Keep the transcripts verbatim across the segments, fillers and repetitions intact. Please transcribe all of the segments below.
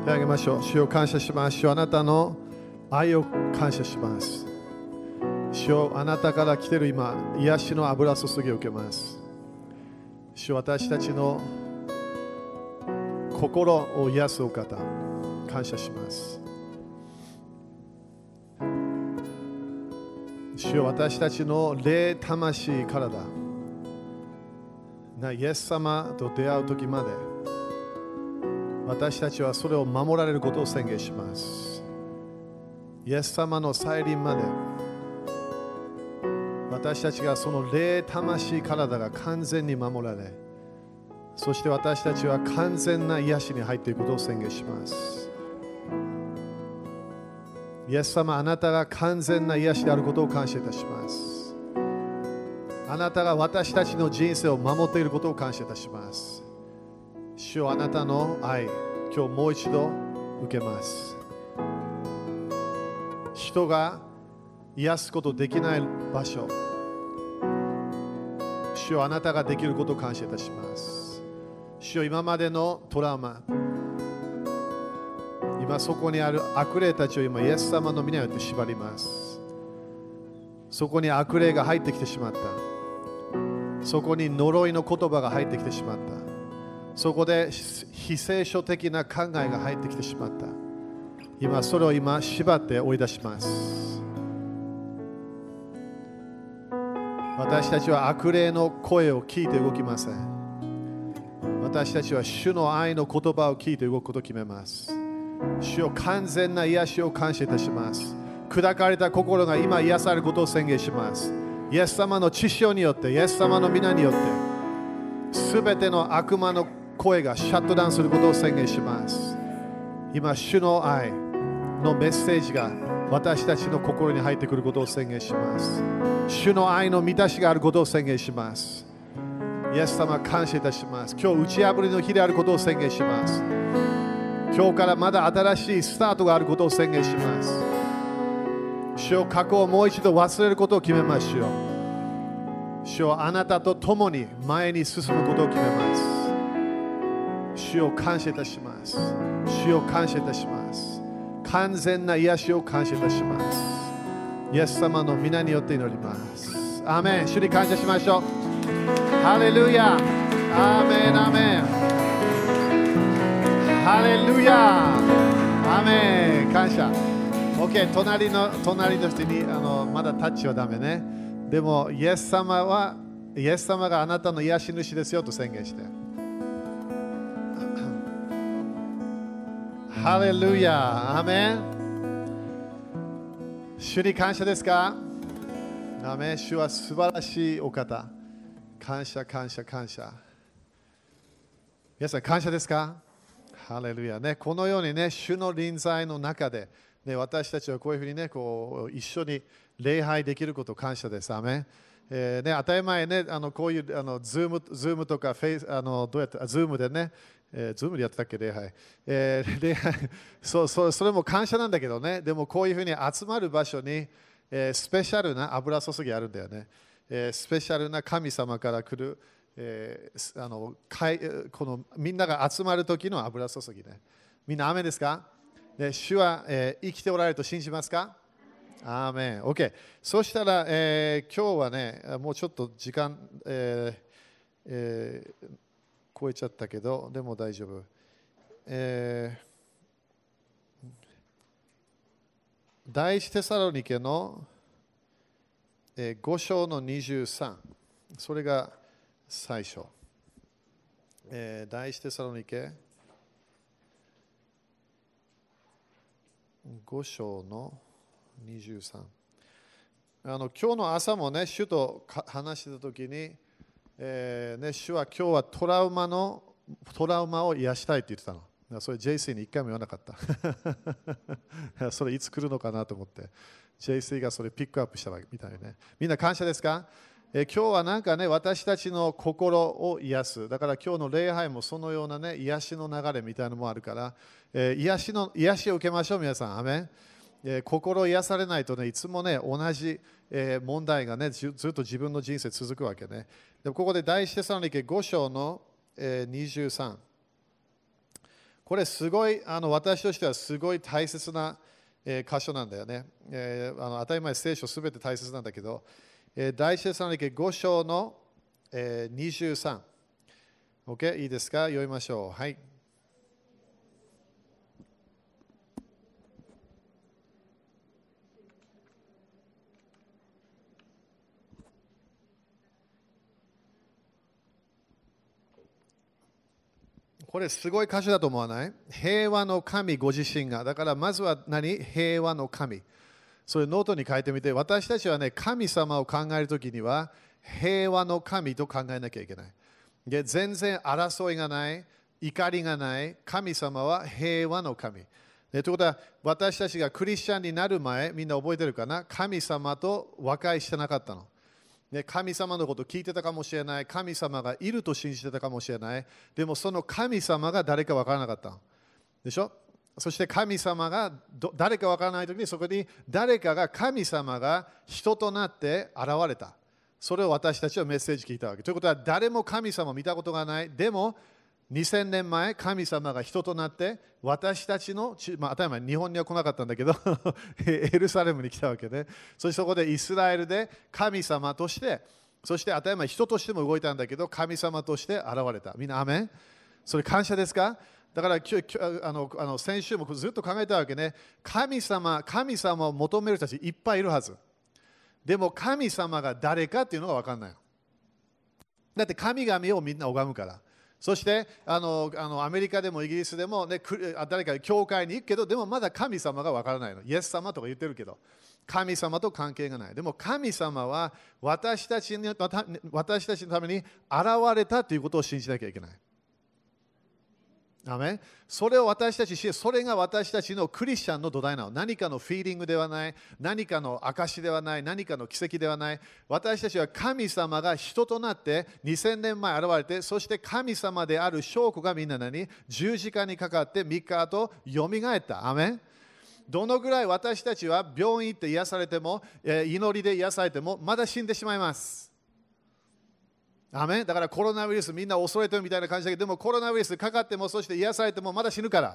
手を挙げましょう。主を感謝します。主よ、あなたの愛を感謝します。主よ、あなたから来ている今、癒しの油注ぎを受けます。主よ、私たちの心を癒すお方、感謝します。主よ、私たちの霊、魂、体なイエス様と出会う時まで、私たちはそれを守られることを宣言します。イエス様の再臨まで、私たちがその霊、魂、体が完全に守られ、そして私たちは完全な癒しに入っていくことを宣言します。イエス様、あなたが完全な癒しであることを感謝いたします。あなたが私たちの人生を守っていることを感謝いたします。主よ、あなたの愛、今日もう一度受けます。人が癒すことできない場所、主よ、あなたができることを感謝いたします。主よ、今までのトラウマ、今そこにある悪霊たちを今イエス様の皆によって縛ります。そこに悪霊が入ってきてしまった。そこに呪いの言葉が入ってきてしまった。そこで非聖書的な考えが入ってきてしまった。今それを今縛って追い出します。私たちは悪霊の声を聞いて動きません。私たちは主の愛の言葉を聞いて動くことを決めます。主よ、完全な癒しを感謝いたします。砕かれた心が今癒されることを宣言します。イエス様の血潮によって、イエス様の皆によって、すべての悪魔の声がシャットダウンすることを宣言します。今、主の愛のメッセージが私たちの心に入ってくることを宣言します。主の愛の満たしがあることを宣言します。イエス様、感謝いたします。今日、打ち破りの日であることを宣言します。今日からまだ新しいスタートがあることを宣言します。主よ、過去をもう一度忘れることを決めましょう。主よ、あなたと共に前に進むことを決めます。主よ、感謝いたします。主よ、感謝いたします。完全な癒しを感謝いたします。イエス様の皆によって祈ります。アーメン。主に感謝しましょう。ハレルヤ。アーメン、アーメン。ハレルヤ。アーメン。感謝。OK。隣の、隣の人にあのまだタッチはダメね。でも、イエス様は、イエス様があなたの癒し主ですよと宣言して。ハレルヤ。アーメン。主に感謝ですか？アーメン。主は素晴らしいお方。感謝、感謝、感謝。皆さん、感謝ですか？ハレルヤね。このようにね、主の臨在の中で、ね、私たちはこういうふうにね、こう一緒に礼拝できることを感謝です。アーメン。えーね、当たり前ね、あのこういうあのズーム、ズームとかフェイス、あのどうやってズームでね、えー、ズームでやってたっけ、礼拝。えー、礼拝そうそう、それも感謝なんだけどね、でもこういうふうに集まる場所に、えー、スペシャルな油注ぎあるんだよね。えー、スペシャルな神様から来る、えー、あのかいこのみんなが集まる時の油注ぎね。みんな、アーメンですか？で主は、えー、生きておられると信じますか？アーメン。OK。そしたら、えー、今日はね、もうちょっと時間、えーえー、超えちゃったけど、でも大丈夫。えー、第一テサロニケの、えー、ご章のにじゅうさん。それが最初。えー、第一テサロニケご章のにじゅうさん。あの今日の朝もね、主と話してたときに、えーね、主は今日はトラウマのトラウマを癒したいって言ってたの。それ ジェイシー に一回も言わなかった。それいつ来るのかなと思って、ジェイシー がそれピックアップしたみたいね。みんな感謝ですか？えー、今日はなんかね、私たちの心を癒す。だから今日の礼拝もそのようなね、癒しの流れみたいなのもあるから、えー、癒しの癒しを受けましょう、皆さん。アメン。えー、心を癒されないとね、いつもね、同じ、えー、問題がねず、ずっと自分の人生続くわけね。でもここで第一テサロニケご章の、えー、にじゅうさん。 これすごい、あの私としてはすごい大切な、えー、箇所なんだよね。えー、あの当たり前聖書すべて大切なんだけど、えー、第一テサロニケご章の、えー、にじゅうさん。OK? いいですか？読みましょう。はい。これすごい箇所だと思わない？平和の神ご自身が。だからまずは何？平和の神。それノートに書いてみて、私たちはね、神様を考えるときには平和の神と考えなきゃいけない。で、全然争いがない、怒りがない、神様は平和の神。でということは、私たちがクリスチャンになる前、みんな覚えてるかな？神様と和解してなかったの。ね、神様のことを聞いてたかもしれない。神様がいると信じてたかもしれない。でもその神様が誰か分からなかった。でしょ？そして神様が誰か分からないときにそこに誰かが神様が人となって現れた。それを私たちはメッセージ聞いたわけ。ということは誰も神様を見たことがない。でもにせんねんまえ神様が人となって私たちの、まあ、当たり前日本には来なかったんだけどエルサレムに来たわけで、そしてそこでイスラエルで神様として、そして当たり前人としても動いたんだけど神様として現れた。みんなアメン？それ感謝ですか？だから今日あのあの先週もずっと考えたわけね。神様、神様を求める人たちいっぱいいるはず。でも神様が誰かっていうのが分かんない。だって神々をみんな拝むから。そしてあのあのアメリカでもイギリスでも、ね、誰か教会に行くけど、でもまだ神様が分からないの。イエス様とか言ってるけど、神様と関係がない。でも神様は私たちに私たちのために現れたということを信じなきゃいけない。アメン。それを私たちし、それが私たちのクリスチャンの土台なの。何かのフィーリングではない、何かの証ではない、何かの奇跡ではない。私たちは神様が人となってにせんねんまえ現れて、そして神様である証拠がみんな何？十字架にかかってみっかあとよみがえった。アメン。どのぐらい私たちは病院行って癒されても、祈りで癒されても、まだ死んでしまいます。アメン。だからコロナウイルスみんな恐れてるみたいな感じだけど、でもコロナウイルスかかっても、そして癒されてもまだ死ぬから。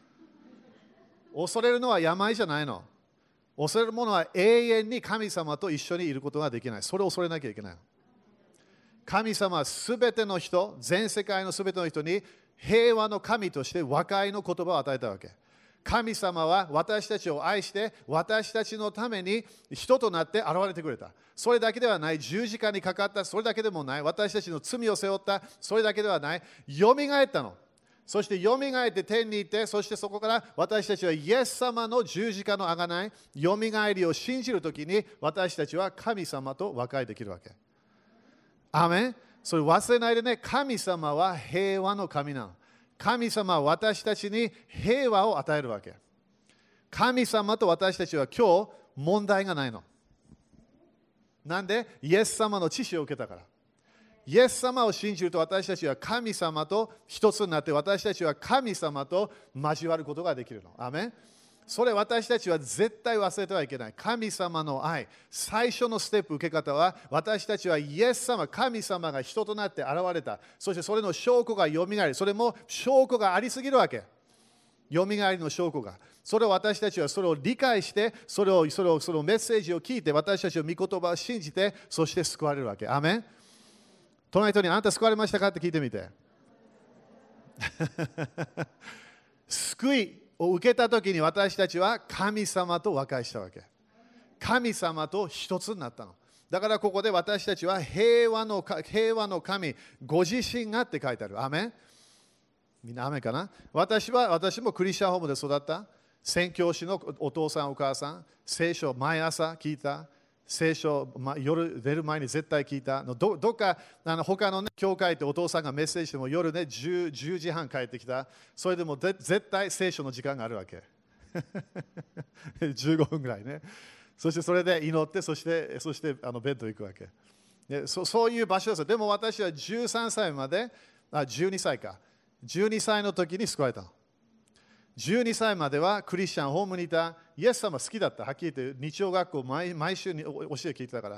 恐れるのは病じゃないの。恐れるものは永遠に神様と一緒にいることができない。それを恐れなきゃいけない。神様はすべての人、全世界のすべての人に平和の神として和解の言葉を与えたわけ。神様は私たちを愛して私たちのために人となって現れてくれた。それだけではない。十字架にかかった。それだけでもない。私たちの罪を背負った。それだけではない。よみがえったの。そしてよみがえって天に行って、そしてそこから私たちはイエス様の十字架の贖い、よみがえりを信じるときに私たちは神様と和解できるわけ。アメン。それ忘れないでね。神様は平和の神なの。神様は私たちに平和を与えるわけ。神様と私たちは今日問題がないの。なんで？イエス様の知識を受けたから。イエス様を信じると私たちは神様と一つになって、私たちは神様と交わることができるの。アメン。それ私たちは絶対忘れてはいけない。神様の愛、最初のステップ受け方は、私たちはイエス様、神様が人となって現れた。そしてそれの証拠がよみがえり、それも証拠がありすぎるわけ。よみがえりの証拠が。それを私たちはそれを理解して、それをそれをそのメッセージを聞いて、私たちの御言葉を信じて、そして救われるわけ。アメン。隣人にあなた救われましたかって聞いてみて。救いを受けたときに私たちは神様と和解したわけ。神様と一つになったの。だからここで私たちは平和の、平和の神、ご自身がって書いてある。アメン。みんなアメンかな？私は、私もクリスチャンホームで育った。宣教師のお父さんお母さん、聖書を毎朝聞いた。聖書、ま、夜出る前に絶対聞いた。どどっかあの他の、ね、教会ってお父さんがメッセージしても夜ね 10, じゅうじはん帰ってきた。それでもで絶対聖書の時間があるわけ。じゅうごふんぐらいね。そしてそれで祈って、そしてそしてあのベッド行くわけ。で そ, そういう場所です。でも私はじゅうさんさいまで、あじゅうにさいか。じゅうにさいの時に救われたの。じゅうにさいまではクリスチャンホームにいた。イエス様好きだった。はっきり言って日曜学校 毎, 毎週に教え聞いてたから。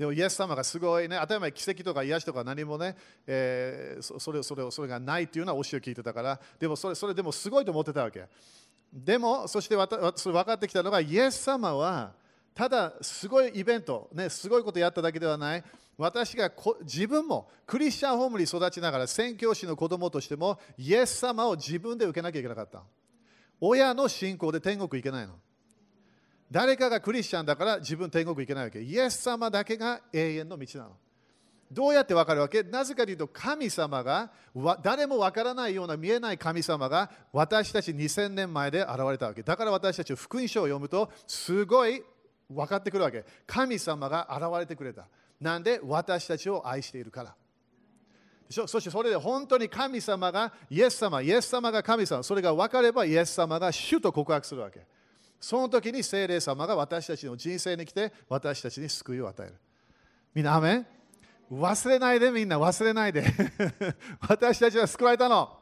でもイエス様がすごいね、当たり前奇跡とか癒しとか何もね、えー、そそれそれそれがないっていうのは教えを聞いてたから、でもそれそれでもすごいと思ってたわけ。でも、そしてわたそれ分かってきたのが、イエス様はただすごいイベント、ね、すごいことやっただけではない。私がこ自分もクリスチャンホームに育ちながら宣教師の子供としてもイエス様を自分で受けなきゃいけなかった。親の信仰で天国行けないの。誰かがクリスチャンだから自分天国行けないわけ。イエス様だけが永遠の道なの。どうやって分かるわけ？なぜかというと、神様が誰も分からないような見えない神様が私たちにせんねんまえで現れたわけ。だから私たち福音書を読むとすごい分かってくるわけ。神様が現れてくれた。なんで私たちを愛しているから。でしょ？そしてそれで本当に神様がイエス様、イエス様が神様、それが分かればイエス様が主と告白するわけ。その時に聖霊様が私たちの人生に来て私たちに救いを与える。みんなアメン？忘れないで、みんな忘れないで。私たちは救われたの。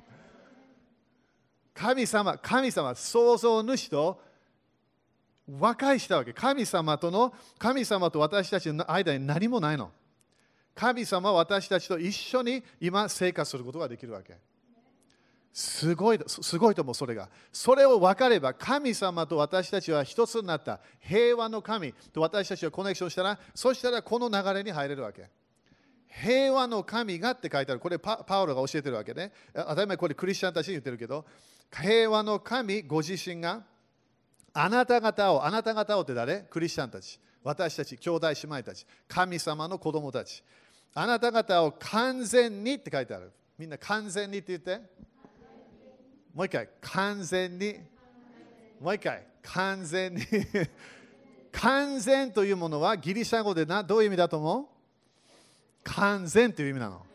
神様、神様、創造主と和解したわけ。神様との、神様と私たちの間に何もないの。神様は私たちと一緒に今生活することができるわけ。すごい、すごいと思う、それが。それを分かれば、神様と私たちは一つになった。平和の神と私たちはコネクションしたら、そしたらこの流れに入れるわけ。平和の神がって書いてある。これパ、パウロが教えてるわけね。当たり前これクリスチャンたちに言ってるけど、平和の神ご自身があなた方を、あなた方をって誰？クリスチャンたち。私たち、兄弟姉妹たち。神様の子供たち。あなた方を完全にって書いてある。みんな完全にって言って。もう一回、完全に。もう一回、完全に。完全というものはギリシャ語でなどういう意味だと思う？完全という意味なの。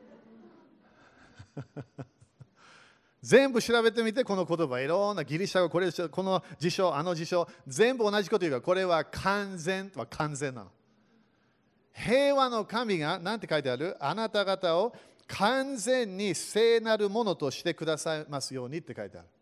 全部調べてみて、この言葉、いろんなギリシャ語、これこの辞書、あの辞書、全部同じこと言うから、これは完全は完全なの。平和の神が、なんて書いてある？あなた方を完全に聖なるものとしてくださいますようにって書いてある。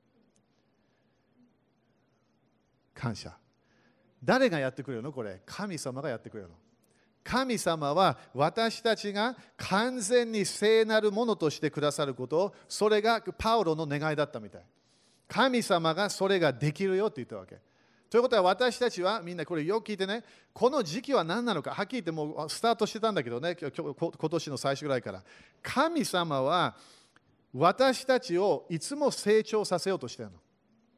感謝。誰がやってくれるの？これ。神様がやってくれるの。神様は私たちが完全に聖なるものとしてくださること、それがパウロの願いだったみたい。神様がそれができるよって言ったわけ。ということは私たちはみんなこれよく聞いてね、この時期は何なのか、はっきり言ってもうスタートしてたんだけどね、今年の最初ぐらいから。神様は私たちをいつも成長させようとしているの。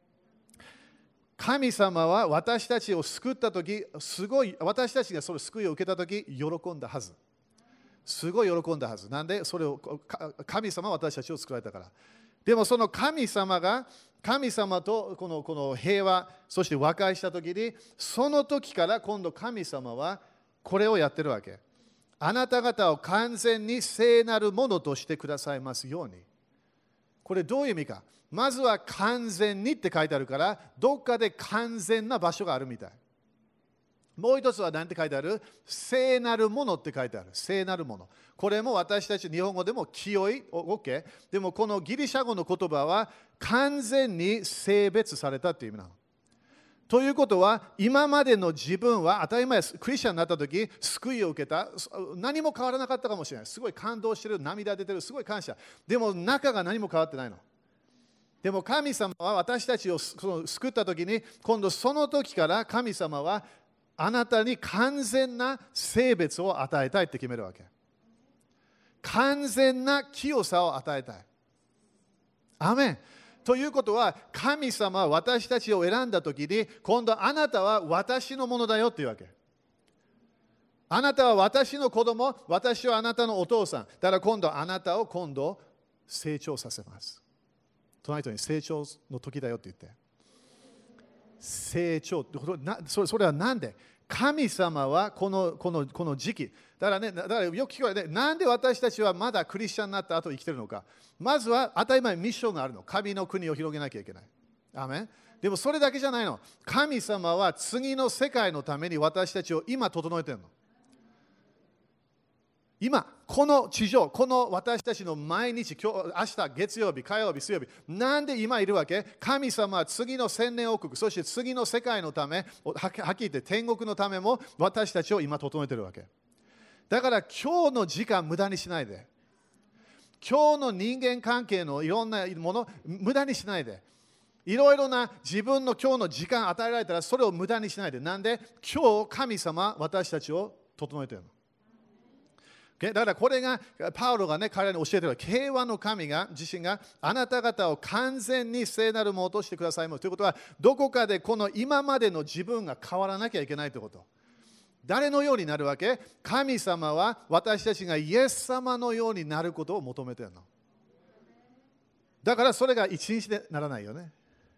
神様は私たちを救ったとき、すごい、私たちがその救いを受けたとき、喜んだはず。すごい喜んだはず。なんで、それを、神様は私たちを救われたから。でもその神様が、神様とこの、この平和、そして和解したときに、その時から今度神様はこれをやってるわけ。あなた方を完全に聖なるものとしてくださいますように。これどういう意味か。まずは完全にって書いてあるから、どっかで完全な場所があるみたい。もう一つは何て書いてある？聖なるものって書いてある。聖なるもの。これも私たち日本語でも清い、OK。でもこのギリシャ語の言葉は完全に性別されたっていう意味なの。ということは、今までの自分は当たり前です。クリスチャンになったとき、救いを受けた。何も変わらなかったかもしれない。すごい感動してる、涙出てる、すごい感謝。でも中が何も変わってないの。でも神様は私たちを救ったときに、今度その時から神様はあなたに完全な性別を与えたいって決めるわけ。完全な清さを与えたい。アメン。ということは、神様は私たちを選んだときに、今度あなたは私のものだよっていうわけ。あなたは私の子供、私はあなたのお父さん。だから今度あなたを今度成長させます。隣人に成長の時だよって言って。成長ってなそれ、それは何で？神様はこの、この、この時期。だからね、だからよく聞こえるね。なんで私たちはまだクリスチャンになった後生きてるのか。まずは当たり前ミッションがあるの。神の国を広げなきゃいけない。アメン。でもそれだけじゃないの。神様は次の世界のために私たちを今整えてるの。 今、この地上、この私たちの毎日、今日、明日、月曜日、火曜日、水曜日、なんで今いるわけ？神様は次の千年王国、そして次の世界のため、はっきり言って天国のためも私たちを今整えているわけ。だから今日の時間無駄にしないで。今日の人間関係のいろんなもの無駄にしないで。いろいろな自分の今日の時間与えられたらそれを無駄にしないで。なんで今日神様私たちを整えているの。だからこれがパウロがね彼らに教えている平和の神が自身があなた方を完全に聖なるものとしてくださいますということはどこかでこの今までの自分が変わらなきゃいけないということ。誰のようになるわけ？神様は私たちがイエス様のようになることを求めているの。だからそれが一日でならないよね。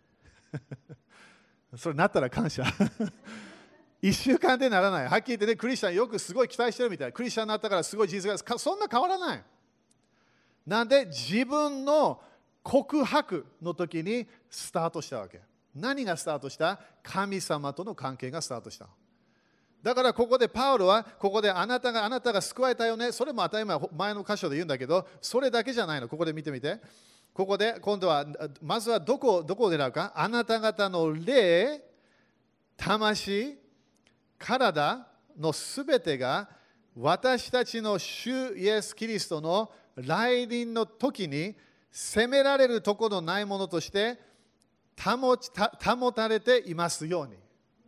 それなったら感謝。一週間でならない。はっきり言ってね、クリスチャンよくすごい期待してるみたい。クリスチャンになったからすごい人生がそんな変わらない。なんで自分の告白の時にスタートしたわけ。何がスタートした？神様との関係がスタートした。だからここでパウロはここであなたがあなたが救われたよね。それも当たり前前の箇所で言うんだけど、それだけじゃないの。ここで見てみて。ここで今度はまずはどこどこを狙うか。あなた方の霊、魂、体のすべてが私たちの主イエス・キリストの来臨の時に責められるところのないものとして保ちた保たれていますように。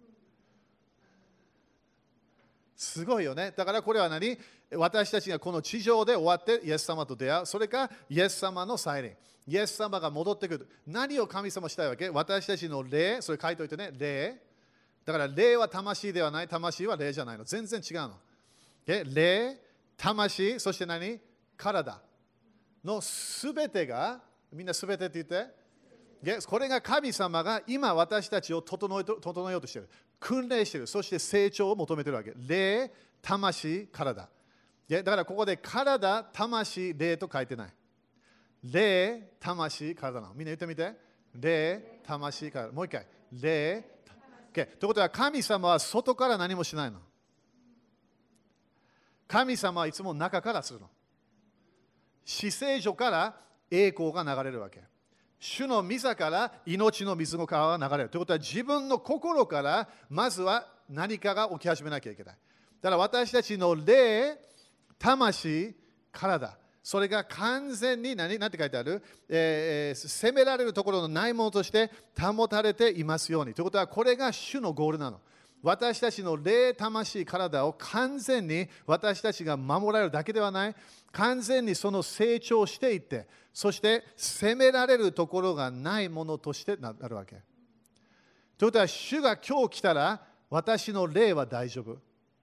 すごいよね。だからこれは何？私たちがこの地上で終わってイエス様と出会う。それかイエス様の再臨。イエス様が戻ってくる。何を神様したいわけ？私たちの霊、それ書いておいてね、霊。だから霊は魂ではない、魂は霊じゃないの。全然違うの。霊、魂、そして何？体のすべてが、みんなすべてって言って。これが神様が今私たちを整え整えようとしている。訓練している。そして成長を求めているわけ。霊、魂、体。だからここで体、魂、霊と書いてない。霊、魂、体なの。みんな言ってみて。霊、魂、体。もう一回。霊、Okay、ということは神様は外から何もしないの。神様はいつも中からするの。至聖所から栄光が流れるわけ。主の御座から命の水の川が流れる。ということは自分の心からまずは何かが起き始めなきゃいけない。だから私たちの霊、魂、体。それが完全に何、何て書いてある、えー、責められるところのないものとして保たれていますように。ということはこれが主のゴールなの。私たちの霊、魂、体を完全に私たちが守られるだけではない。完全にその成長していって、そして責められるところがないものとしてなるわけ。ということは主が今日来たら私の霊は大丈夫。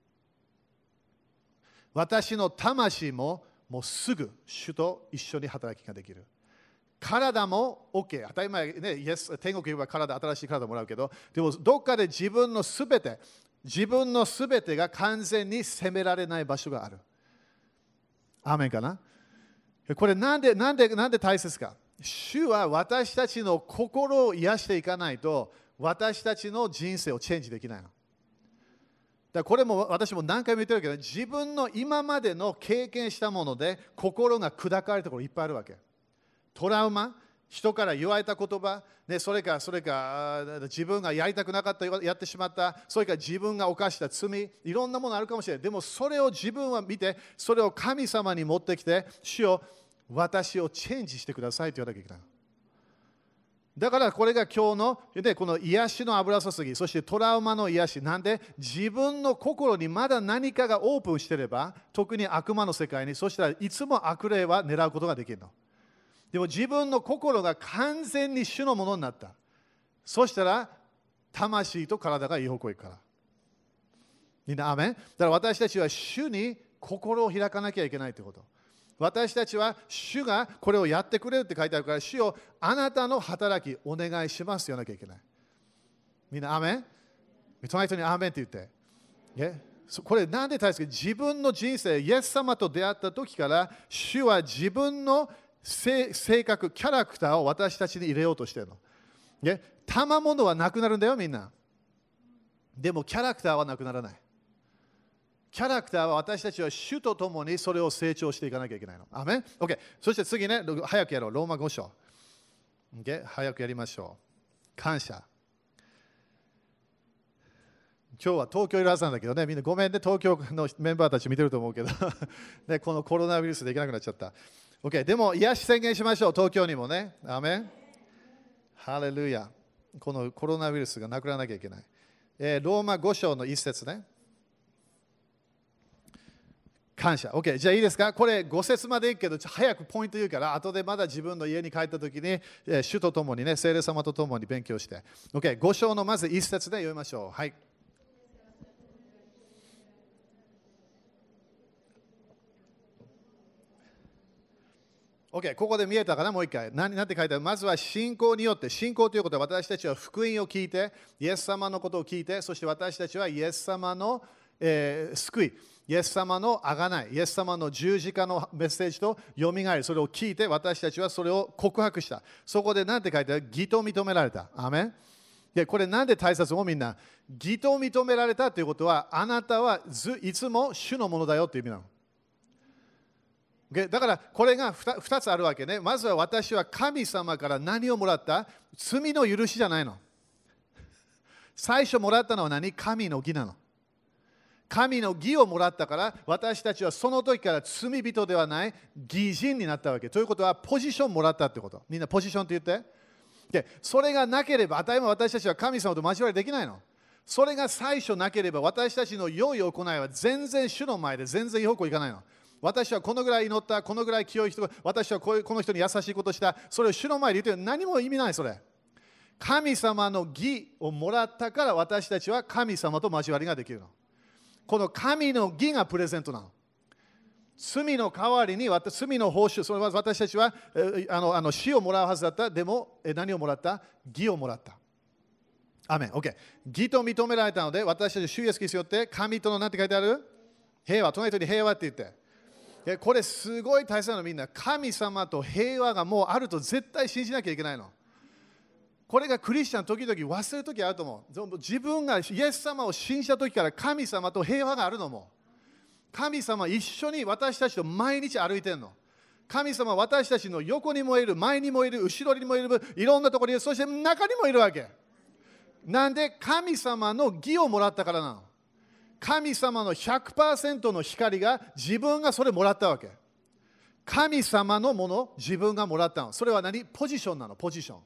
私の魂ももうすぐ主と一緒に働きができる。体も OK。当たり前ね、イエス天国行けば体、新しい体もらうけど、でもどっかで自分のすべて、自分のすべてが完全に責められない場所がある。アーメンかな？これなんで、なんで、なんで大切か？主は私たちの心を癒していかないと、私たちの人生をチェンジできないの。だこれも私も何回も言ってるけど、自分の今までの経験したもので心が砕かれるところいっぱいあるわけ。トラウマ、人から言われた言葉、ね、それかそれか自分がやりたくなかったやってしまった、それから自分が犯した罪、いろんなものあるかもしれない。でもそれを自分は見て、それを神様に持ってきて、主よ、私をチェンジしてくださいと言わなきゃいけない。だからこれが今日の、でこの癒しの油注ぎ、そしてトラウマの癒し、なんで自分の心にまだ何かがオープンしていれば、特に悪魔の世界に、そしたらいつも悪霊は狙うことができるの。でも自分の心が完全に主のものになった。そしたら魂と体がいい方向へ行くから。みんなアーメン？だから私たちは主に心を開かなきゃいけないということ。私たちは主がこれをやってくれるって書いてあるから、主をあなたの働きお願いしますと言わなきゃいけない。みんなアーメン？隣人にアーメンって言って。これなんで大切か？自分の人生、イエス様と出会った時から、主は自分の性格、キャラクターを私たちに入れようとしているの。ね、賜物はなくなるんだよ、みんな。でもキャラクターはなくならない。 キャラクターは私たちは主と共にそれを成長していかなきゃいけないの。アメン ?OK。そして次ね、早くやろう。ローマご章。Okay? 早くやりましょう。感謝。今日は東京いるはずなんだけどね、みんなごめんね、東京のメンバーたち見てると思うけど、ね、このコロナウイルスできなくなっちゃった。OK。でも、癒し宣言しましょう。東京にもね。アメン。ハレルヤ。このコロナウイルスがなくならなきゃいけない。えー、ローマご章の一節ね。感謝。OK。じゃあいいですか？これご節までいくけど、早くポイント言うから、後でまだ自分の家に帰ったときに、えー、主と共にね、聖霊様と共に勉強して。OK。ご章のまず一節で読みましょう。はい。OK。ここで見えたかな？もう一回。何、何て書いてある？まずは信仰によって、信仰ということは私たちは福音を聞いて、イエス様のことを聞いて、そして私たちはイエス様の、えー、救い。イエス様の贖い、イエス様の十字架のメッセージとよみがえり、それを聞いて私たちはそれを告白した。そこで何て書いてある？義と認められた。アメン。で、これなんで大切もみんな。義と認められたということは、あなたはずいつも主のものだよという意味なの。だからこれが 2, 2つあるわけね。まずは私は神様から何をもらった？罪の許しじゃないの。最初もらったのは何？神の義なの。神の義をもらったから、私たちはその時から罪人ではない義人になったわけ。ということは、ポジションもらったってこと。みんなポジションって言って。で、それがなければ、当たり前私たちは神様と交わりできないの。それが最初なければ、私たちの良い行いは全然主の前で全然いい方向いかないの。私はこのぐらい祈った、このぐらい清い人、私はこういうこの人に優しいことした、それを主の前で言って何も意味ない、それ。神様の義をもらったから、私たちは神様と交わりができるの。この神の義がプレゼントなの。罪の代わりに、罪の報酬、それは私たちはあのあの死をもらうはずだった。でも、何をもらった？義をもらった。アメン。OK。義と認められたので、私たち主イエスキリストによって、神との何て書いてある？平和。隣人に平和って言って。これすごい大切なの、みんな。神様と平和がもうあると絶対信じなきゃいけないの。これがクリスチャン時々忘れる時あると思う。自分がイエス様を信じた時から神様と平和があるのも。神様は一緒に私たちと毎日歩いてるの。神様は私たちの横にもいる、前にもいる、後ろにもいる、いろんなところにいる、そして中にもいるわけ。なんで神様の義をもらったからなの。神様の ひゃくパーセント の光が自分がそれもらったわけ。神様のもの自分がもらったの。それは何？ポジションなの、ポジション。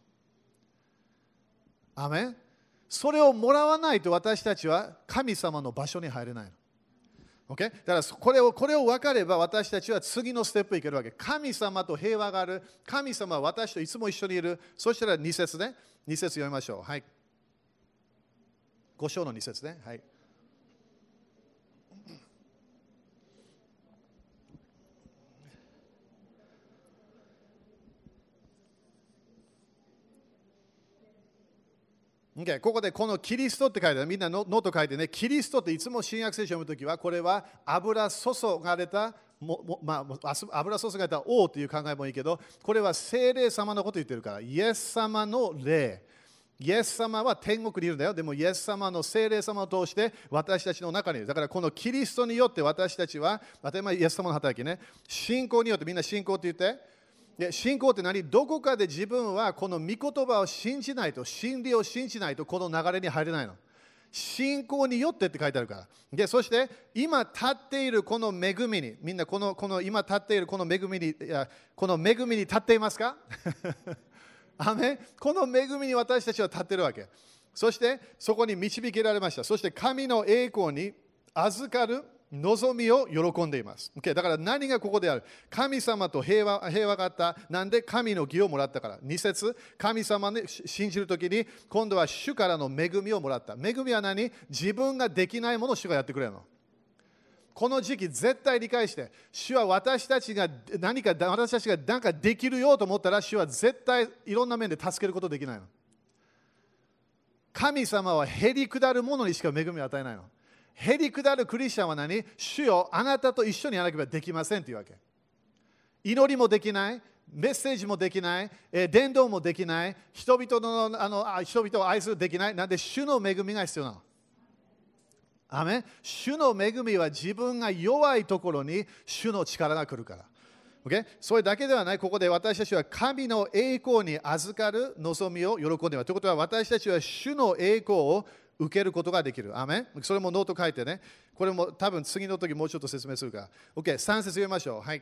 アメン。それをもらわないと私たちは神様の場所に入れないの。Okay? だからこれを、これを分かれば私たちは次のステップいけるわけ。神様と平和がある。神様は私といつも一緒にいる。そしたらに節ね。に節読みましょう。はい。ご章のに節ね。はい。Okay、ここでこのキリストって書いてある。みんなノート書いてね。キリストっていつも新約聖書を読むときは、これは油注がれた、ももまあ、油注がれた王という考えもいいけど、これは聖霊様のことを言ってるから、イエス様の霊。イエス様は天国にいるんだよ。でもイエス様の聖霊様を通して私たちの中にいる。だからこのキリストによって私たちは、当たり前イエス様の働きね。信仰によって、みんな信仰って言って。で信仰って何？どこかで自分はこの御言葉を信じないと、真理を信じないとこの流れに入れないの。信仰によってって書いてあるから。でそして今立っているこの恵みに、みんなこのこの今立っているこの恵みに、いやこの恵みに立っていますか？アメン。この恵みに私たちは立っているわけ。そしてそこに導けられました。そして神の栄光に預かる望みを喜んでいます。Okay、だから何がここである？神様と平和、平和があった。なんで神の義をもらったから。に節、神様に信じるときに、今度は主からの恵みをもらった。恵みは何？自分ができないものを主がやってくれるの。この時期絶対理解して、主は私たちが何か、私たちが何かできるよと思ったら、主は絶対いろんな面で助けることできないの。神様はへりくだるものにしか恵みを与えないの。へりくだるクリスチャンは何？主よ、あなたと一緒にやらなければできませんというわけ。祈りもできない、メッセージもできない、えー、伝道もできない、人々の、あの、人々を愛するできない。なんで主の恵みが必要なの。 アメン。主の恵みは自分が弱いところに主の力が来るから。Okay? それだけではない、ここで私たちは神の栄光に預かる望みを喜んでいます。ということは私たちは主の栄光を受けることができる。アメン。それもノート書いてね。これも多分次の時もうちょっと説明するから。OK、さん節読みましょう。はい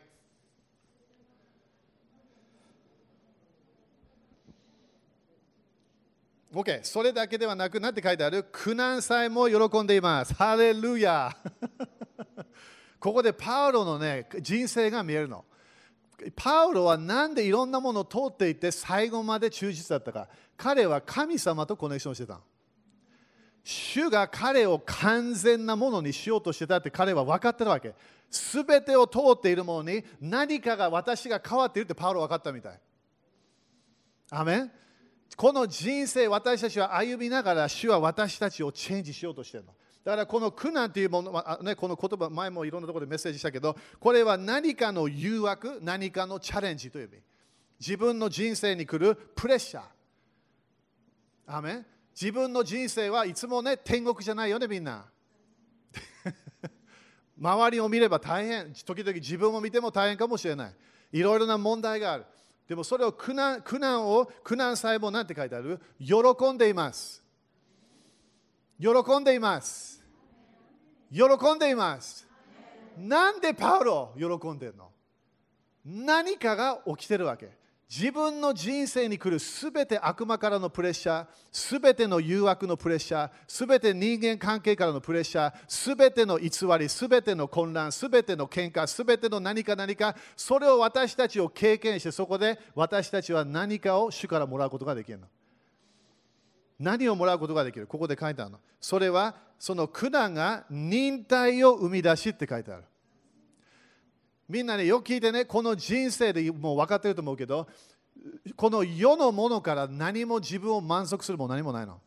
。OK、それだけではなく、なんて書いてある？苦難さえも喜んでいます。ハレルヤここでパウロの、ね、人生が見えるの。パウロはなんでいろんなものを通っていって最後まで忠実だったか。彼は神様とコネクションしてた。主が彼を完全なものにしようとしてたって彼は分かってたわけ。すべてを通っているものに何かが私が変わっているってパウロ分かったみたい。アメン。この人生私たちは歩みながら主は私たちをチェンジしようとしているの。だからこの苦難というもの、ね、この言葉、前もいろんなところでメッセージしたけど、これは何かの誘惑、何かのチャレンジという意味。自分の人生に来るプレッシャー。アメン。自分の人生はいつもね、天国じゃないよね、みんな。周りを見れば大変。時々自分を見ても大変かもしれない。いろいろな問題がある。でもそれを苦難、苦難を、苦難さえもなんて書いてある？喜んでいます。喜んでいます。喜んでいます。なんでパウロ喜んでるの？何かが起きてるわけ。自分の人生に来るすべて悪魔からのプレッシャー、すべての誘惑のプレッシャー、すべて人間関係からのプレッシャー、すべての偽り、すべての混乱、すべての喧嘩、すべての何か何か、それを私たちを経験して、そこで私たちは何かを主からもらうことができるの。何をもらうことができる？ここで書いてあるの。それは、その苦難が忍耐を生み出しって書いてある。みんなね、よく聞いてね、この人生でもう分かってると思うけど、この世のものから何も自分を満足するもの何もないの。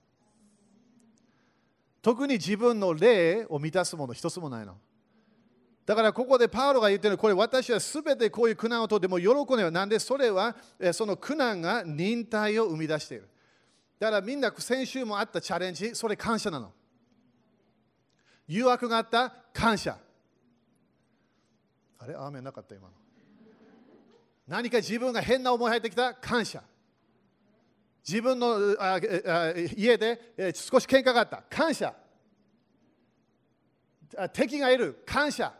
特に自分の霊を満たすもの一つもないの。だからここでパウロが言ってる、これ私はすべてこういう苦難を通っても喜んでる。なんでそれは、その苦難が忍耐を生み出している。だからみんな先週もあったチャレンジ、それ感謝なの。誘惑があった感謝。あれ、アーメンなかった今の。何か自分が変な思い入ってきた感謝。自分のああ家で少し喧嘩があった感謝。敵がいる感謝。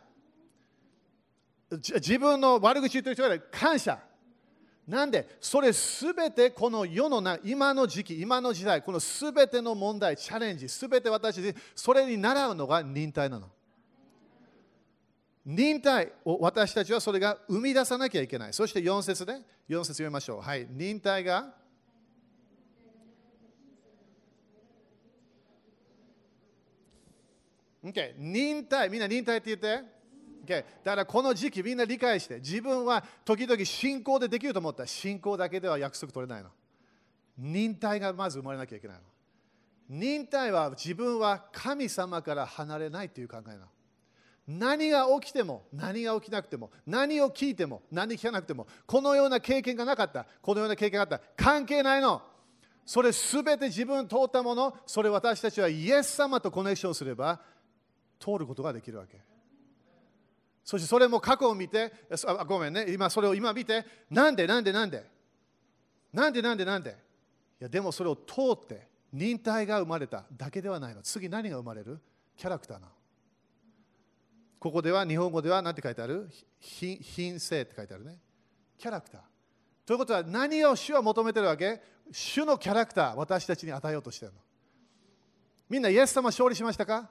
自分の悪口言ってる人がいる感謝。なんでそれすべてこの世のな今の時期、今の時代、このすべての問題、チャレンジ、すべて私たちそれに習うのが忍耐なの。忍耐を私たちはそれが生み出さなきゃいけない。そしてよん節ね、よん節読みましょう。はい、忍耐がOkay、忍耐、みんな忍耐って言って。Okay、だからこの時期みんな理解して、自分は時々信仰でできると思ったら信仰だけでは約束取れないの。忍耐がまず生まれなきゃいけないの。忍耐は自分は神様から離れないという考えなの。何が起きても、何が起きなくても、何を聞いても、何聞かなくても、このような経験がなかった、このような経験があった、関係ないの。それすべて自分通ったもの、それ私たちはイエス様とコネクションすれば通ることができるわけ。そしてそれも過去を見て、あごめんね、今それを今見て、なんでなんでなんでなんでなんでなんでいやでもそれを通って忍耐が生まれただけではないの。次何が生まれる？キャラクターなの。ここでは日本語では何て書いてある？品性って書いてあるね。キャラクター。ということは何を主は求めてるわけ？主のキャラクター、私たちに与えようとしているの。みんなイエス様勝利しましたか？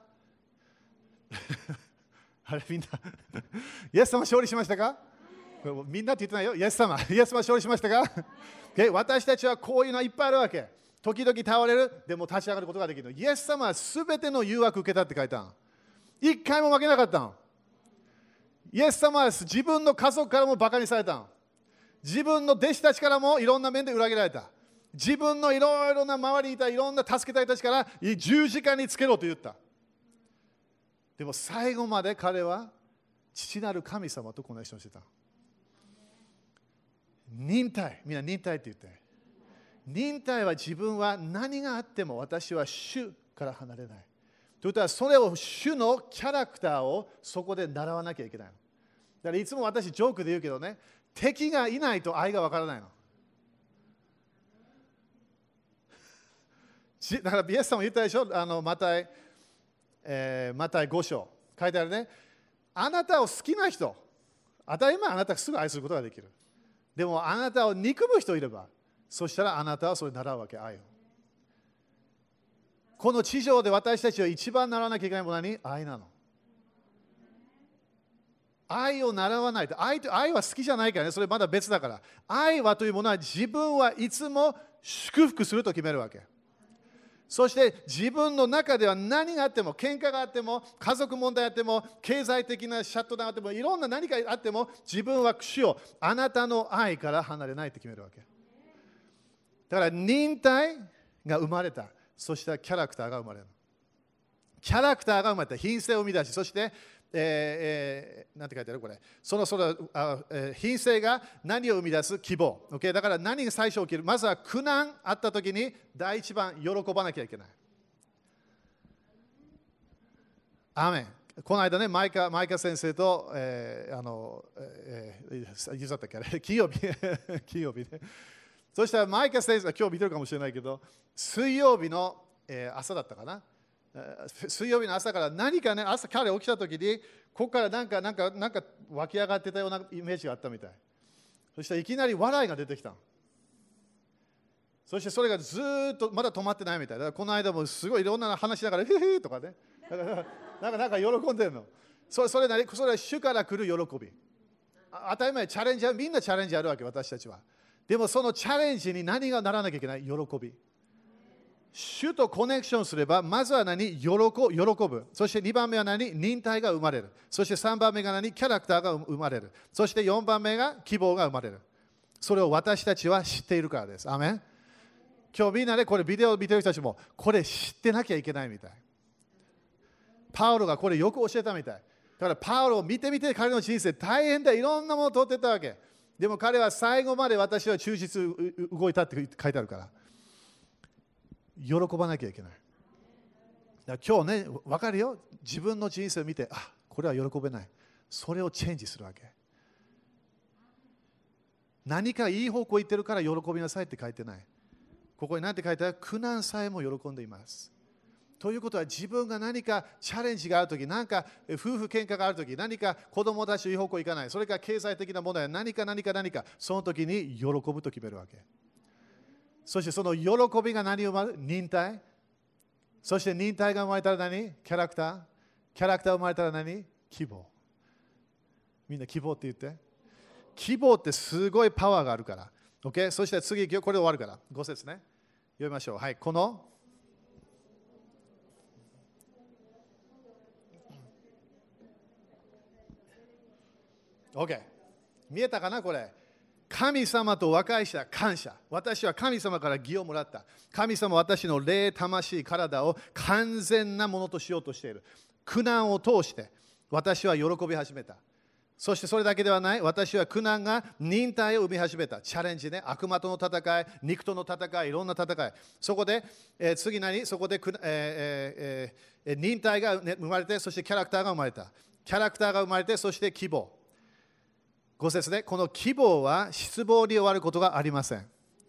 あれみんなイエス様勝利しましたか？みんなって言ってないよ。イエス様、イエス様勝利しましたか？私たちはこういうのいっぱいあるわけ。時々倒れる、でも立ち上がることができる。イエス様はすべての誘惑を受けたって書いたの。一回も負けなかったの。イエス様は自分の家族からもバカにされたの。自分の弟子たちからもいろんな面で裏切られた。自分のいろいろな周りにいたいろんな助けたいたちから十字架につけろと言った。でも最後まで彼は父なる神様とコネクションしてた。忍耐、みんな忍耐って言って。忍耐は自分は何があっても私は主から離れない。 ということは、それを主のキャラクターをそこで習わなきゃいけないの。だからいつも私、ジョークで言うけどね、敵がいないと愛がわからないの。だから、イエスさんも言ったでしょ、あのマタイ、えー、マタイご章、書いてあるね。あなたを好きな人、当たり前あなたがすぐ愛することができる。でも、あなたを憎む人いれば、そしたらあなたはそれを習うわけ、愛を。この地上で私たちは一番習わなきゃいけないものは何？愛なの。愛を習わないと。愛と、愛は好きじゃないからね、それまだ別だから。愛はというものは自分はいつも祝福すると決めるわけ。そして自分の中では何があっても、喧嘩があっても、家族問題あっても、経済的なシャットダウンあっても、いろんな何かあっても、自分は主をあなたの愛から離れないと決めるわけ。だから忍耐が生まれた。そしてキャラクターが生まれる。キャラクターが生まれた。品性を生み出し、そして、えーえー、なんて書いてあるこれ。そのそのあ、えー、品性が何を生み出す？希望。Okay? だから何が最初起きる？まずは苦難あったときに第一番喜ばなきゃいけない。アーメン。この間ね、マイカ、マイカ先生と、えー、あの、えー、言っちゃったっけあれ金曜日。金曜日ね。そしたらマイカ先生は今日見てるかもしれないけど、水曜日の、えー、朝だったかな。水曜日の朝から何かね、朝彼起きたときに、ここからなんか、なんか、なんか湧き上がってたようなイメージがあったみたい。そしたらいきなり笑いが出てきた。そしてそれがずっとまだ止まってないみたい。だからこの間もすごいいろんな話しながら、ふふとかね。だからなんか、なんか喜んでるの。それ、それなり、それは主から来る喜び。当たり前、チャレンジは、みんなチャレンジあるわけ、私たちは。でもそのチャレンジに何がならなきゃいけない？喜び。主とコネクションすれば、まずは何？喜ぶ。そしてにばんめは何？忍耐が生まれる。そしてさんばんめが何？キャラクターが生まれる。そしてよんばんめが希望が生まれる。それを私たちは知っているからです。アメン。今日みんなでこれビデオを見てる人たちも、これ知ってなきゃいけないみたい。パウロがこれよく教えたみたい。だからパウロを見てみて、彼の人生大変だ。いろんなものを通ってたわけ。でも彼は最後まで私は忠実動いたって書いてあるから。喜ばなきゃいけない。だから今日ね、分かるよ。自分の人生を見て、あ、これは喜べない。それをチェンジするわけ。何かいい方向行ってるから喜びなさいって書いてない。ここに何て書いてある？苦難さえも喜んでいます。ということは自分が何かチャレンジがあるとき、何か夫婦喧嘩があるとき、何か子供たちといい方向行かない、それから経済的な問題、何か何か何か、その時に喜ぶと決めるわけ。そしてその喜びが何を生まれる？忍耐。そして忍耐が生まれたら何？キャラクター。キャラクターが生まれたら何？希望。みんな希望って言って。希望ってすごいパワーがあるから。OK？ そして次、これで終わるから。ご節ね。読みましょう。はい。このOK。見えたかなこれ。神様と和解した感謝。私は神様から義をもらった。神様は私の霊、魂、体を完全なものとしようとしている。苦難を通して私は喜び始めた。そしてそれだけではない。私は苦難が忍耐を生み始めた。チャレンジね。悪魔との戦い、肉との戦い、いろんな戦い。そこで、えー、次何そこで、えーえー、忍耐が、ね、生まれて、そしてキャラクターが生まれた。キャラクターが生まれて、そして希望。ご節で、この希望は失望に終わることがありません。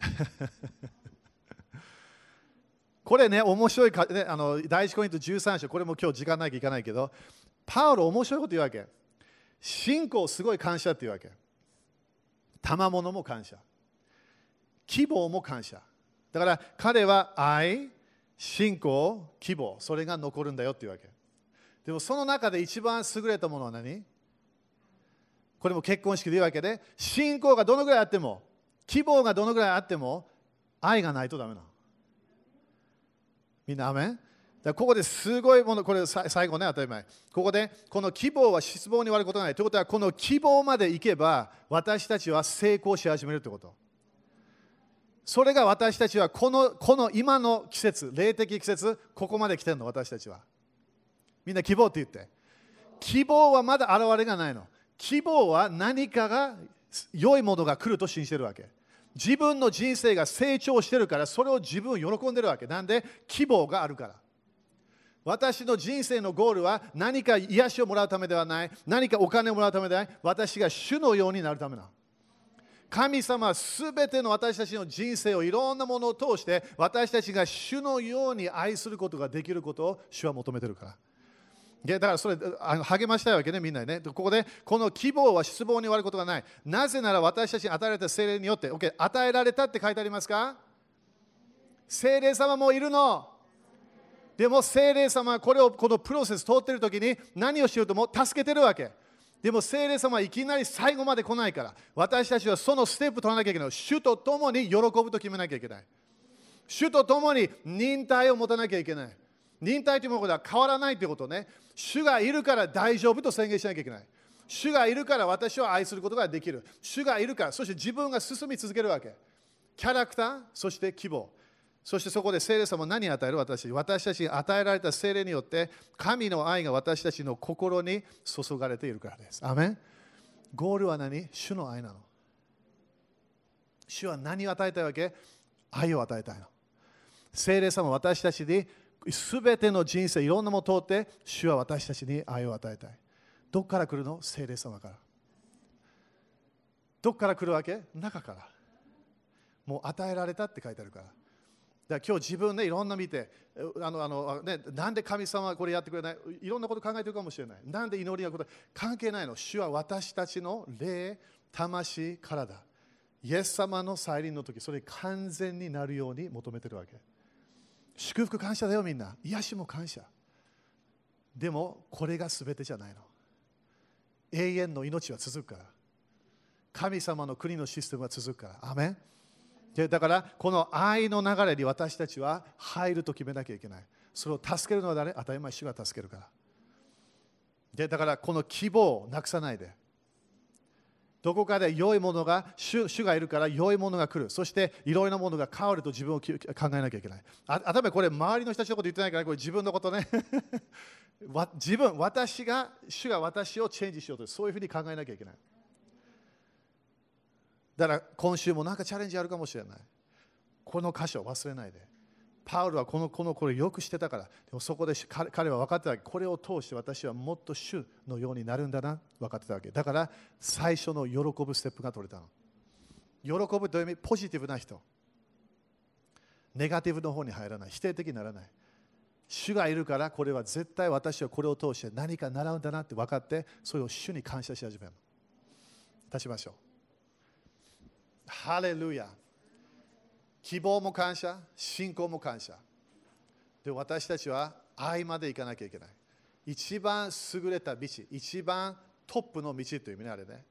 これね、面白いか、ね、あの第一コリントじゅうさん章、これも今日時間なきゃいけないけど、パウロ面白いこと言うわけ。信仰すごい感謝って言うわけ。賜物も感謝。希望も感謝。だから彼は愛、信仰、希望、それが残るんだよって言うわけ。でもその中で一番優れたものは何？これも結婚式で言うわけで、信仰がどのぐらいあっても、希望がどのぐらいあっても、愛がないとダメなの。みんなアメン？だからここですごいもの、これ最後ね、当たり前。ここで、この希望は失望に終わることがない。ということは、この希望まで行けば、私たちは成功し始めるということ。それが私たちはこの、この今の季節、霊的季節、ここまで来てるの、私たちは。みんな希望って言って。希望はまだ現れがないの。希望は何かが良いものが来ると信じてるわけ。自分の人生が成長してるから、それを自分喜んでるわけ。なんで希望があるから。 私の人生のゴールは何か癒しをもらうためではない。何かお金をもらうためではない。私が主のようになるためなの。神様はすべての私たちの人生をいろんなものを通して私たちが主のように愛することができることを主は求めているから。だからそれあの励ましたいわけね、みんなにね。ここでこの希望は失望に終わることがない。なぜなら私たちに与えられた聖霊によって、OK、与えられたって書いてありますか？聖霊様もいるの。でも聖霊様はこれをこのプロセス通っているときに何をしようとも助けてるわけ。でも聖霊様はいきなり最後まで来ないから、私たちはそのステップ取らなきゃいけない。主と共に喜ぶと決めなきゃいけない。主と共に忍耐を持たなきゃいけない。忍耐というものは変わらないということね。主がいるから大丈夫と宣言しなきゃいけない。主がいるから私を愛することができる。主がいるから、そして自分が進み続けるわけ。キャラクター、そして希望。そしてそこで聖霊様は何を与える？私たち。私たちに与えられた聖霊によって、神の愛が私たちの心に注がれているからです。アメン。ゴールは何？主の愛なの。主は何を与えたいわけ？愛を与えたいの。聖霊様は私たちにすべての人生、いろんなものを通って、主は私たちに愛を与えたい。どこから来るの？聖霊様から。どこから来るわけ？中から。もう与えられたって書いてあるから。だから今日自分でいろんな見て、あのあのね、なんで神様はこれやってくれない？いろんなこと考えてるかもしれない。なんで祈りのこと関係ないの？主は私たちの霊、魂、体。イエス様の再臨の時、それ完全になるように求めてるわけ。祝福感謝だよみんな。癒しも感謝。でもこれが全てじゃないの。永遠の命は続くから。神様の国のシステムは続くから。アメン。だからこの愛の流れに私たちは入ると決めなきゃいけない。それを助けるのは誰？当たり前、主が助けるから。でだからこの希望をなくさないで。どこかで良いものが 主, 主がいるから良いものが来る。そしていろいろなものが変わると自分を考えなきゃいけない。あためこれ周りの人たちのこと言ってないから、これ自分のことね。自分、私が、主が私をチェンジしようと、そういうふうに考えなきゃいけない。だから今週もなんかチャレンジあるかもしれない。この箇所忘れないで。パウロはこのこのこれよくしてたから。でもそこで彼彼は分かってたわけ。これを通して私はもっと主のようになるんだな分かってたわけ。だから最初の喜ぶステップが取れたの。喜ぶという意味、ポジティブな人。ネガティブの方に入らない。否定的にならない。主がいるからこれは絶対私はこれを通して何か習うんだなって分かって、それを主に感謝し始めるの。立ちましょう。ハレルヤ。希望も感謝、信仰も感謝。で、私たちは愛まで行かなきゃいけない。一番優れた道、一番トップの道という意味ね、あれね。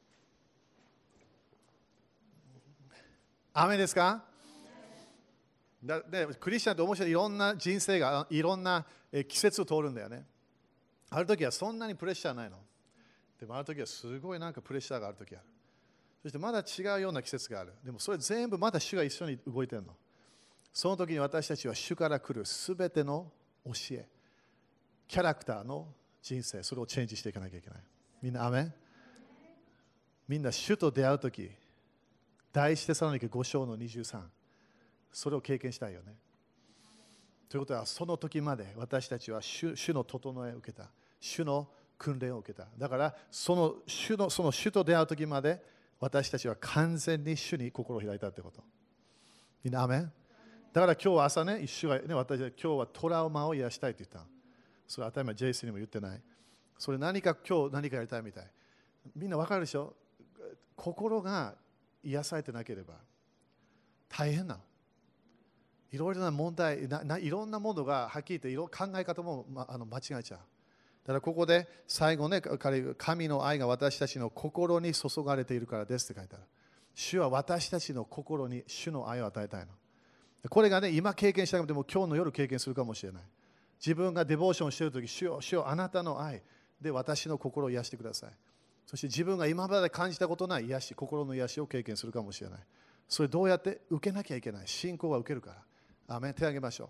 アメンですか？だでクリスチャンって面白い、いろんな人生が、いろんな季節を通るんだよね。ある時はそんなにプレッシャーないの。でもある時はすごいなんかプレッシャーがある時ある。そしてまだ違うような季節がある。でもそれ全部まだ主が一緒に動いてるの。その時に私たちは主から来るすべての教え、キャラクターの人生、それをチェンジしていかなきゃいけない。みんなアメン？みんな主と出会う時、第一テサロニケご章のにじゅうさん、それを経験したいよね。ということはその時まで私たちは 主, 主の整えを受けた。主の訓練を受けた。だからその 主, のその主と出会う時まで私たちは完全に主に心を開いたってこと。みんなアメン？だから今日は朝ね、一緒がね、私は今日はトラウマを癒したいと言った。それは当たり前、ジェイスにも言ってない。それ何か今日何かやりたいみたい。みんな分かるでしょ？心が癒されてなければ大変なの。いろいろな問題なないろんなものがはっきり言っていろ考え方も、ま、あの間違えちゃう。だからここで最後ね、神の愛が私たちの心に注がれているからですって書いてある。主は私たちの心に主の愛を与えたいの。これがね、今経験したくても今日の夜経験するかもしれない。自分がデボーションしているとき、主よ、主よ、あなたの愛で私の心を癒してください。そして自分が今まで感じたことない癒し、心の癒しを経験するかもしれない。それどうやって受けなきゃいけない。信仰は受けるから。アメン。手を挙げましょう。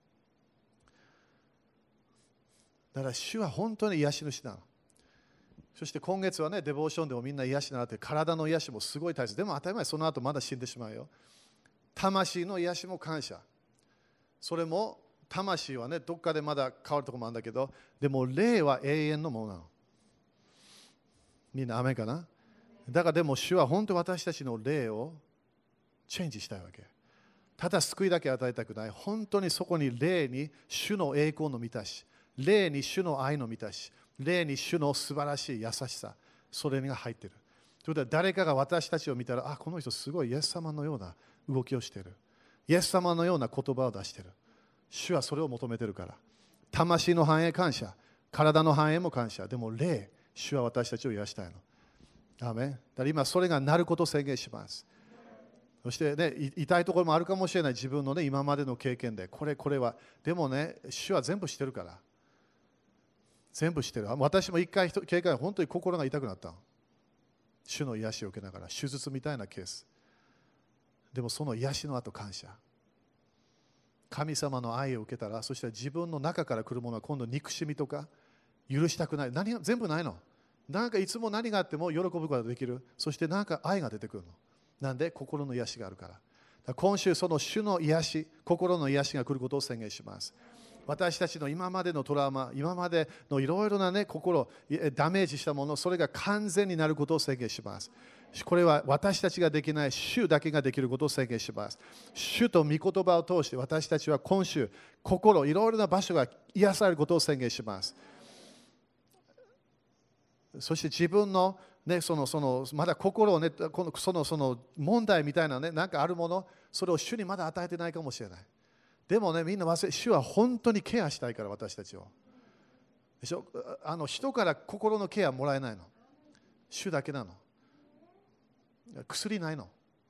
だから主は本当に癒し主なの。そして今月はね、デボーションでもみんな癒しになって、体の癒しもすごい大切。でも当たり前、その後まだ死んでしまうよ。魂の癒しも感謝。それも魂はね、どっかでまだ変わるところもあるんだけど、でも霊は永遠のものなの。みんなアメンかな？だからでも主は本当に私たちの霊をチェンジしたいわけ。ただ救いだけ与えたくない。本当にそこに霊に主の栄光の満たし、霊に主の愛の満たし、霊に主の素晴らしい優しさ、それが入っている。ということは誰かが私たちを見たら、あ、この人すごいイエス様のような動きをしている。イエス様のような言葉を出している。主はそれを求めているから。魂の繁栄感謝、体の繁栄も感謝。でも霊、主は私たちを癒したいの。アーメン。だから今それがなることを宣言します。そしてね、痛いところもあるかもしれない自分のね、今までの経験で、これこれは。でもね、主は全部してるから。全部してる。私も一回経験、本当に心が痛くなった。主の癒しを受けながら、手術みたいなケース。でもその癒しの後感謝。神様の愛を受けたら、そして自分の中から来るものは今度憎しみとか、許したくない。何全部ないの。なんかいつも何があっても喜ぶことができる。そしてなんか愛が出てくるの。なんで心の癒しがあるから。だから今週その主の癒し、心の癒しが来ることを宣言します。私たちの今までのトラウマ、今までのいろいろな、ね、心、ダメージしたもの、それが完全になることを宣言します。これは私たちができない、主だけができることを宣言します。主と御言葉を通して私たちは今週、心、いろいろな場所が癒されることを宣言します。そして自分の、ね、そのそのまだ心を、ね、このそのその問題みたいな、ね、なんかあるもの、それを主にまだ与えてないかもしれない。でもね、みんな忘れ、主は本当にケアしたいから、私たちを。でしょ？あの人から心のケアもらえないの。主だけなの。薬ないの。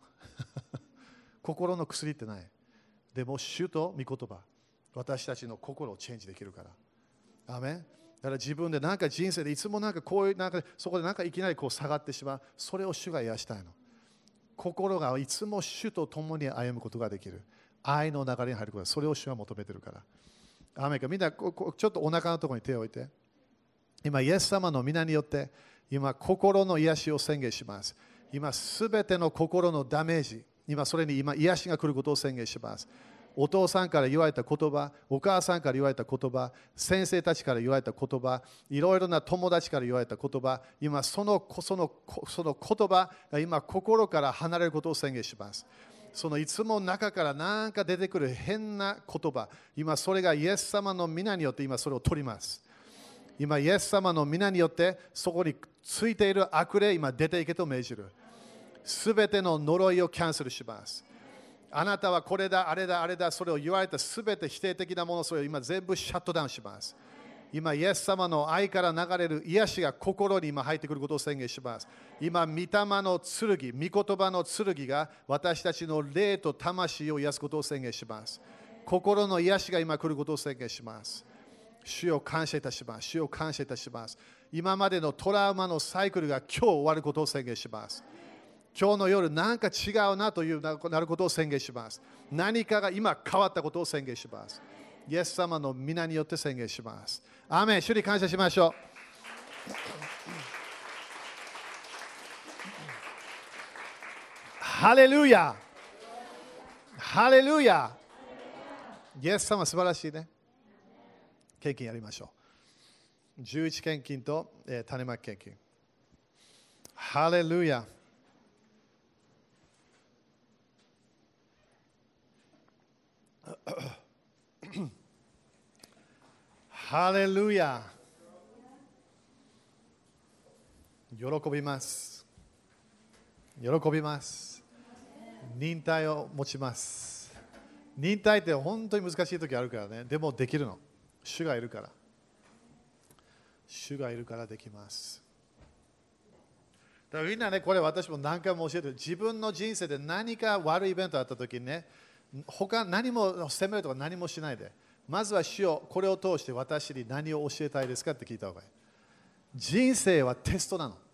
心の薬ってない。でも主と御言葉、私たちの心をチェンジできるから。アメン。だから自分でなんか人生でいつもなんかこういうなんかそこでなんかいきなりこう下がってしまう。それを主が癒したいの。心がいつも主と共に歩むことができる。愛の流れに入ること、それを主は求めているから。アメリカ、みんなちょっとお腹のところに手を置いて。今、イエス様の皆によって、今、心の癒しを宣言します。今、すべての心のダメージ、今、それに今、癒しが来ることを宣言します。お父さんから言われた言葉、お母さんから言われた言葉、先生たちから言われた言葉、いろいろな友達から言われた言葉、今、その、その、その言葉が今、心から離れることを宣言します。そのいつも中からなんか出てくる変な言葉、今それがイエス様の皆によって今それを取ります。今イエス様の皆によってそこについている悪霊、今出ていけと命じる。すべての呪いをキャンセルします。あなたはこれだ、あれだ、あれだ、それを言われたすべて否定的なもの、それを今全部シャットダウンします。今、イエス様の愛から流れる癒しが心に今入ってくることを宣言します。今、御霊の剣、御言葉の剣が私たちの霊と魂を癒すことを宣言します。心の癒しが今来ることを宣言します。主を感謝いたします。主を感謝いたします。今までのトラウマのサイクルが今日終わることを宣言します。今日の夜、なんか違うなというなることを宣言します。何かが今変わったことを宣言します。イエス様の皆によって宣言します。アーメン。主に感謝しましょう。ハレルヤ。ハレルヤ。イエス様素晴らしいね。献金やりましょう。じゅういち献金と、えー、種まき献金。ハレルヤ。ハレルヤ。喜びます。喜びます。忍耐を持ちます。忍耐って本当に難しい時あるからね。でもできるの。主がいるから。主がいるからできます。だからみんなね、これ私も何回も教えてる。自分の人生で何か悪いイベントがあった時にね、他何も責めるとか何もしないで。まずは主をこれを通して私に何を教えたいですかって聞いた方がいい。人生はテストなの。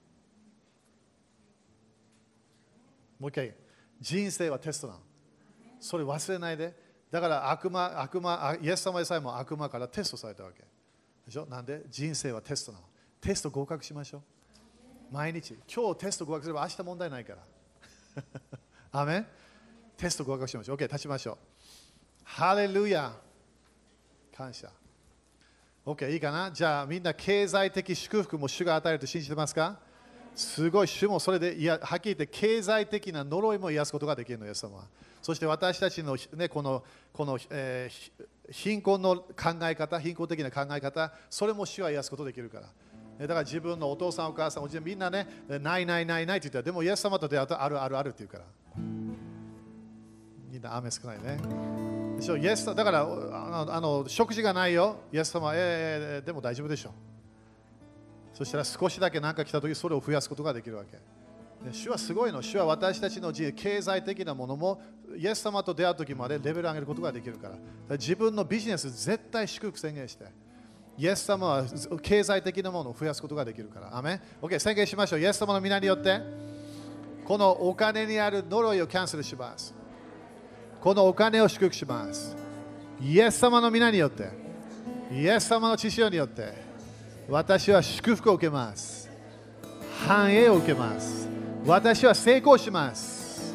もう一回、人生はテストなの。それ忘れないで。だから悪魔、悪魔、イエス様でさえも悪魔からテストされたわけ。でしょ？なんで人生はテストなの。テスト合格しましょう。毎日。今日テスト合格すれば明日問題ないから。アメン。テスト合格しましょう。OK、立ちましょう。ハレルヤ。 感謝。OK、いいかな。じゃあみんな経済的祝福も主が与えると信じてますか？すごい、主もそれでいやはっきり言って経済的な呪いも癒すことができるの、イエス様は。そして私たちの、ね、この、この、えー、貧困の考え方、貧困的な考え方、それも主は癒すことができるから。だから自分のお父さん、お母さん、おじいみんなね、ないないないないって言ったら、でもイエス様と出会うとあるあるあるって言うから。みんな雨少ないね。でしょ、イエスだからあのあの食事がないよ、イエス様は、えー、でも大丈夫でしょ。そしたら少しだけ何か来たとき、それを増やすことができるわけ。主はすごいの。主は私たちの経済的なものもイエス様と出会うときまでレベル上げることができるから。だから自分のビジネス絶対祝福宣言して。イエス様は経済的なものを増やすことができるから。アメン。OK、宣言しましょう。イエス様の皆によって、このお金にある呪いをキャンセルします。このお金を祝福します。イエス様の皆によって、イエス様の血潮によって、私は祝福を受けます。繁栄を受けます。私は成功します。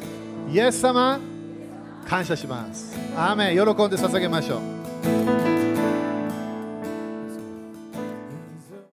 イエス様、感謝します。アーメン。喜んで捧げましょう。